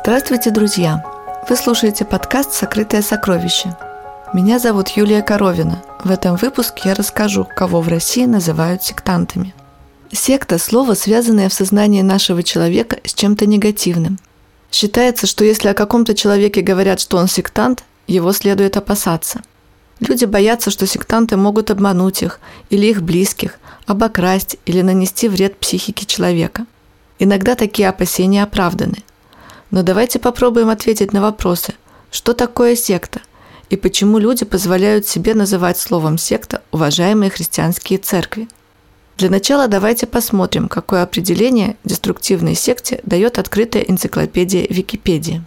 Здравствуйте, друзья! Вы слушаете подкаст «Сокрытое сокровище». Меня зовут Юлия Коровина. В этом выпуске я расскажу, кого в России называют сектантами. Секта – слово, связанное в сознании нашего человека с чем-то негативным. Считается, что если о каком-то человеке говорят, что он сектант, его следует опасаться. Люди боятся, что сектанты могут обмануть их или их близких, обокрасть или нанести вред психике человека. Иногда такие опасения оправданы. Но давайте попробуем ответить на вопросы, что такое секта и почему люди позволяют себе называть словом «секта» уважаемые христианские церкви. Для начала давайте посмотрим, какое определение деструктивной секте дает открытая энциклопедия Википедия.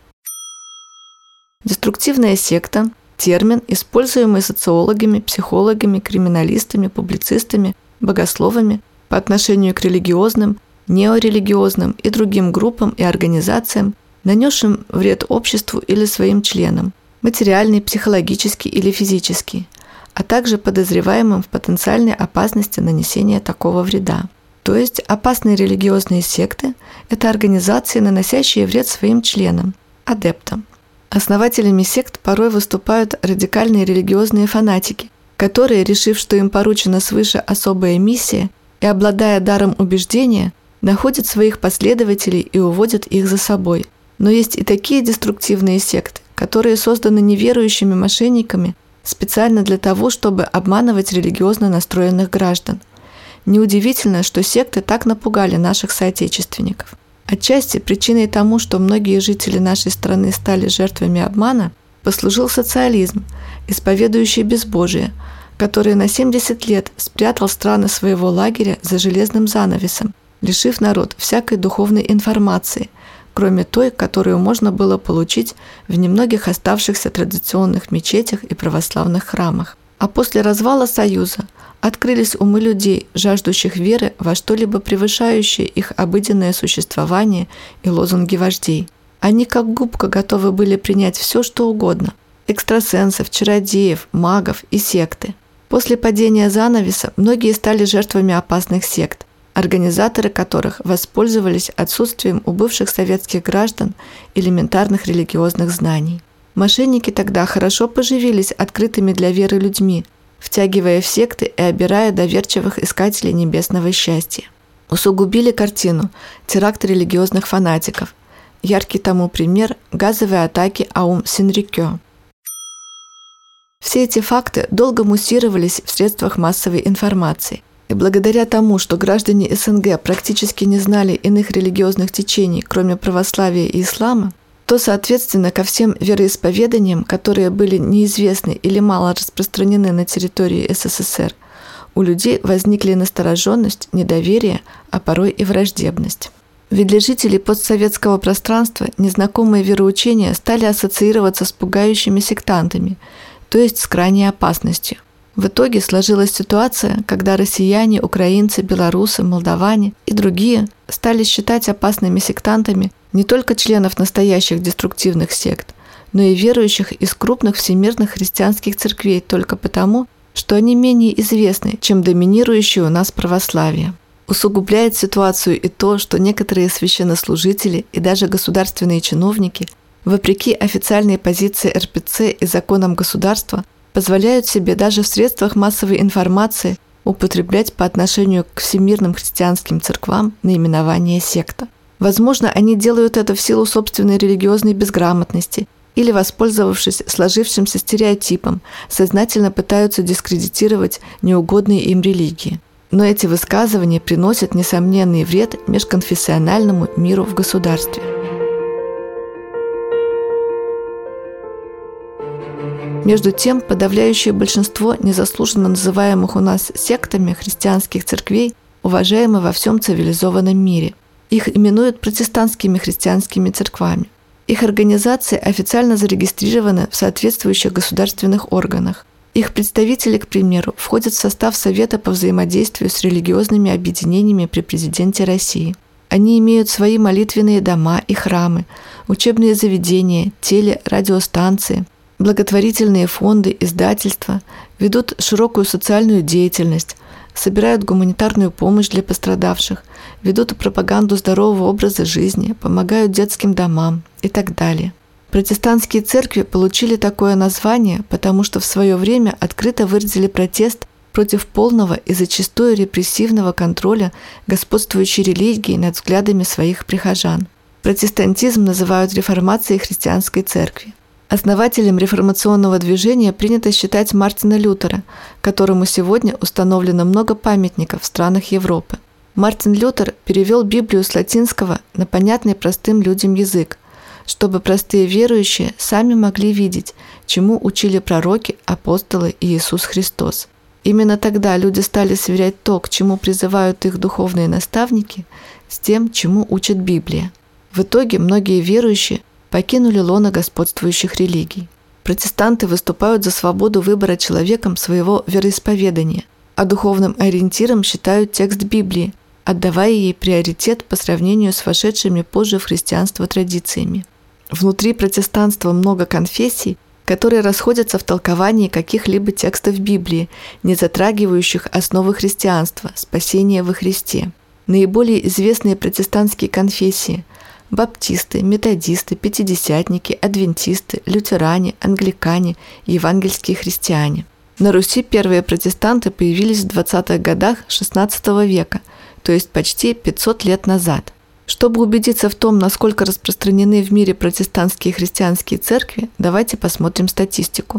Деструктивная секта – термин, используемый социологами, психологами, криминалистами, публицистами, богословами по отношению к религиозным, неорелигиозным и другим группам и организациям, нанесшим вред обществу или своим членам, материальный, психологический или физический, а также подозреваемым в потенциальной опасности нанесения такого вреда. То есть опасные религиозные секты – это организации, наносящие вред своим членам, адептам. Основателями сект порой выступают радикальные религиозные фанатики, которые, решив, что им поручена свыше особая миссия и обладая даром убеждения, находят своих последователей и уводят их за собой. Но есть и такие деструктивные секты, которые созданы неверующими мошенниками специально для того, чтобы обманывать религиозно настроенных граждан. Неудивительно, что секты так напугали наших соотечественников. Отчасти причиной тому, что многие жители нашей страны стали жертвами обмана, послужил социализм, исповедующий безбожие, который на 70 лет спрятал страны своего лагеря за железным занавесом, лишив народ всякой духовной информации, кроме той, которую можно было получить в немногих оставшихся традиционных мечетях и православных храмах. А после развала Союза открылись умы людей, жаждущих веры во что-либо превышающее их обыденное существование и лозунги вождей. Они как губка готовы были принять все, что угодно – экстрасенсов, чародеев, магов и секты. После падения занавеса многие стали жертвами опасных сект, организаторы которых воспользовались отсутствием у бывших советских граждан элементарных религиозных знаний. Мошенники тогда хорошо поживились открытыми для веры людьми, втягивая в секты и обирая доверчивых искателей небесного счастья. Усугубили картину теракты религиозных фанатиков. Яркий тому пример – газовые атаки Аум Синрикё. Все эти факты долго муссировались в средствах массовой информации. И благодаря тому, что граждане СНГ практически не знали иных религиозных течений, кроме православия и ислама, то, соответственно, ко всем вероисповеданиям, которые были неизвестны или мало распространены на территории СССР, у людей возникли настороженность, недоверие, а порой и враждебность. Ведь для жителей постсоветского пространства незнакомые вероучения стали ассоциироваться с пугающими сектантами, то есть с крайней опасностью. В итоге сложилась ситуация, когда россияне, украинцы, белорусы, молдаване и другие стали считать опасными сектантами не только членов настоящих деструктивных сект, но и верующих из крупных всемирных христианских церквей только потому, что они менее известны, чем доминирующее у нас православие. Усугубляет ситуацию и то, что некоторые священнослужители и даже государственные чиновники, вопреки официальной позиции РПЦ и законам государства, позволяют себе даже в средствах массовой информации употреблять по отношению к всемирным христианским церквам наименование секта. Возможно, они делают это в силу собственной религиозной безграмотности или, воспользовавшись сложившимся стереотипом, сознательно пытаются дискредитировать неугодные им религии. Но эти высказывания приносят несомненный вред межконфессиональному миру в государстве. Между тем, подавляющее большинство незаслуженно называемых у нас сектами христианских церквей уважаемы во всем цивилизованном мире. Их именуют протестантскими христианскими церквами. Их организации официально зарегистрированы в соответствующих государственных органах. Их представители, к примеру, входят в состав Совета по взаимодействию с религиозными объединениями при президенте России. Они имеют свои молитвенные дома и храмы, учебные заведения, радиостанции, благотворительные фонды, издательства, ведут широкую социальную деятельность, собирают гуманитарную помощь для пострадавших, ведут пропаганду здорового образа жизни, помогают детским домам и так далее. Протестантские церкви получили такое название, потому что в свое время открыто выразили протест против полного и зачастую репрессивного контроля господствующей религии над взглядами своих прихожан. Протестантизм называют реформацией христианской церкви. Основателем реформационного движения принято считать Мартина Лютера, которому сегодня установлено много памятников в странах Европы. Мартин Лютер перевел Библию с латинского на понятный простым людям язык, чтобы простые верующие сами могли видеть, чему учили пророки, апостолы и Иисус Христос. Именно тогда люди стали сверять то, к чему призывают их духовные наставники, с тем, чему учит Библия. В итоге многие верующие покинули лоно господствующих религий. Протестанты выступают за свободу выбора человеком своего вероисповедания, а духовным ориентиром считают текст Библии, отдавая ей приоритет по сравнению с вошедшими позже в христианство традициями. Внутри протестанства много конфессий, которые расходятся в толковании каких-либо текстов Библии, не затрагивающих основы христианства, спасения во Христе. Наиболее известные протестантские конфессии – баптисты, методисты, пятидесятники, адвентисты, лютеране, англикане, евангельские христиане. На Руси первые протестанты появились в 20-х годах XVI века, то есть почти 500 лет назад. Чтобы убедиться в том, насколько распространены в мире протестантские христианские церкви, давайте посмотрим статистику.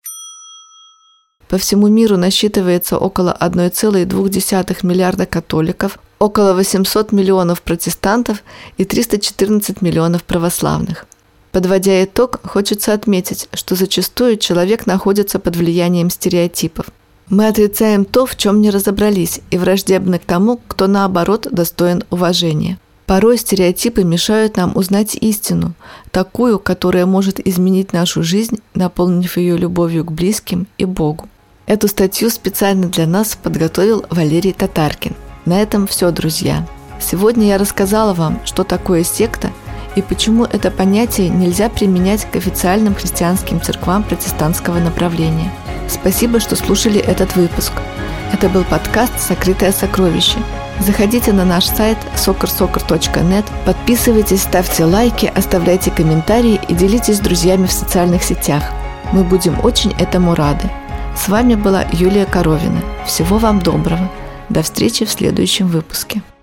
По всему миру насчитывается около 1,2 миллиарда католиков, около 800 миллионов протестантов и 314 миллионов православных. Подводя итог, хочется отметить, что зачастую человек находится под влиянием стереотипов. Мы отрицаем то, в чем не разобрались, и враждебны к тому, кто наоборот достоин уважения. Порой стереотипы мешают нам узнать истину, такую, которая может изменить нашу жизнь, наполнив ее любовью к близким и Богу. Эту статью специально для нас подготовил Валерий Татаркин. На этом все, друзья. Сегодня я рассказала вам, что такое секта и почему это понятие нельзя применять к официальным христианским церквам протестантского направления. Спасибо, что слушали этот выпуск. Это был подкаст «Сокрытое сокровище». Заходите на наш сайт soccer.net, подписывайтесь, ставьте лайки, оставляйте комментарии и делитесь с друзьями в социальных сетях. Мы будем очень этому рады. С вами была Юлия Коровина. Всего вам доброго. До встречи в следующем выпуске.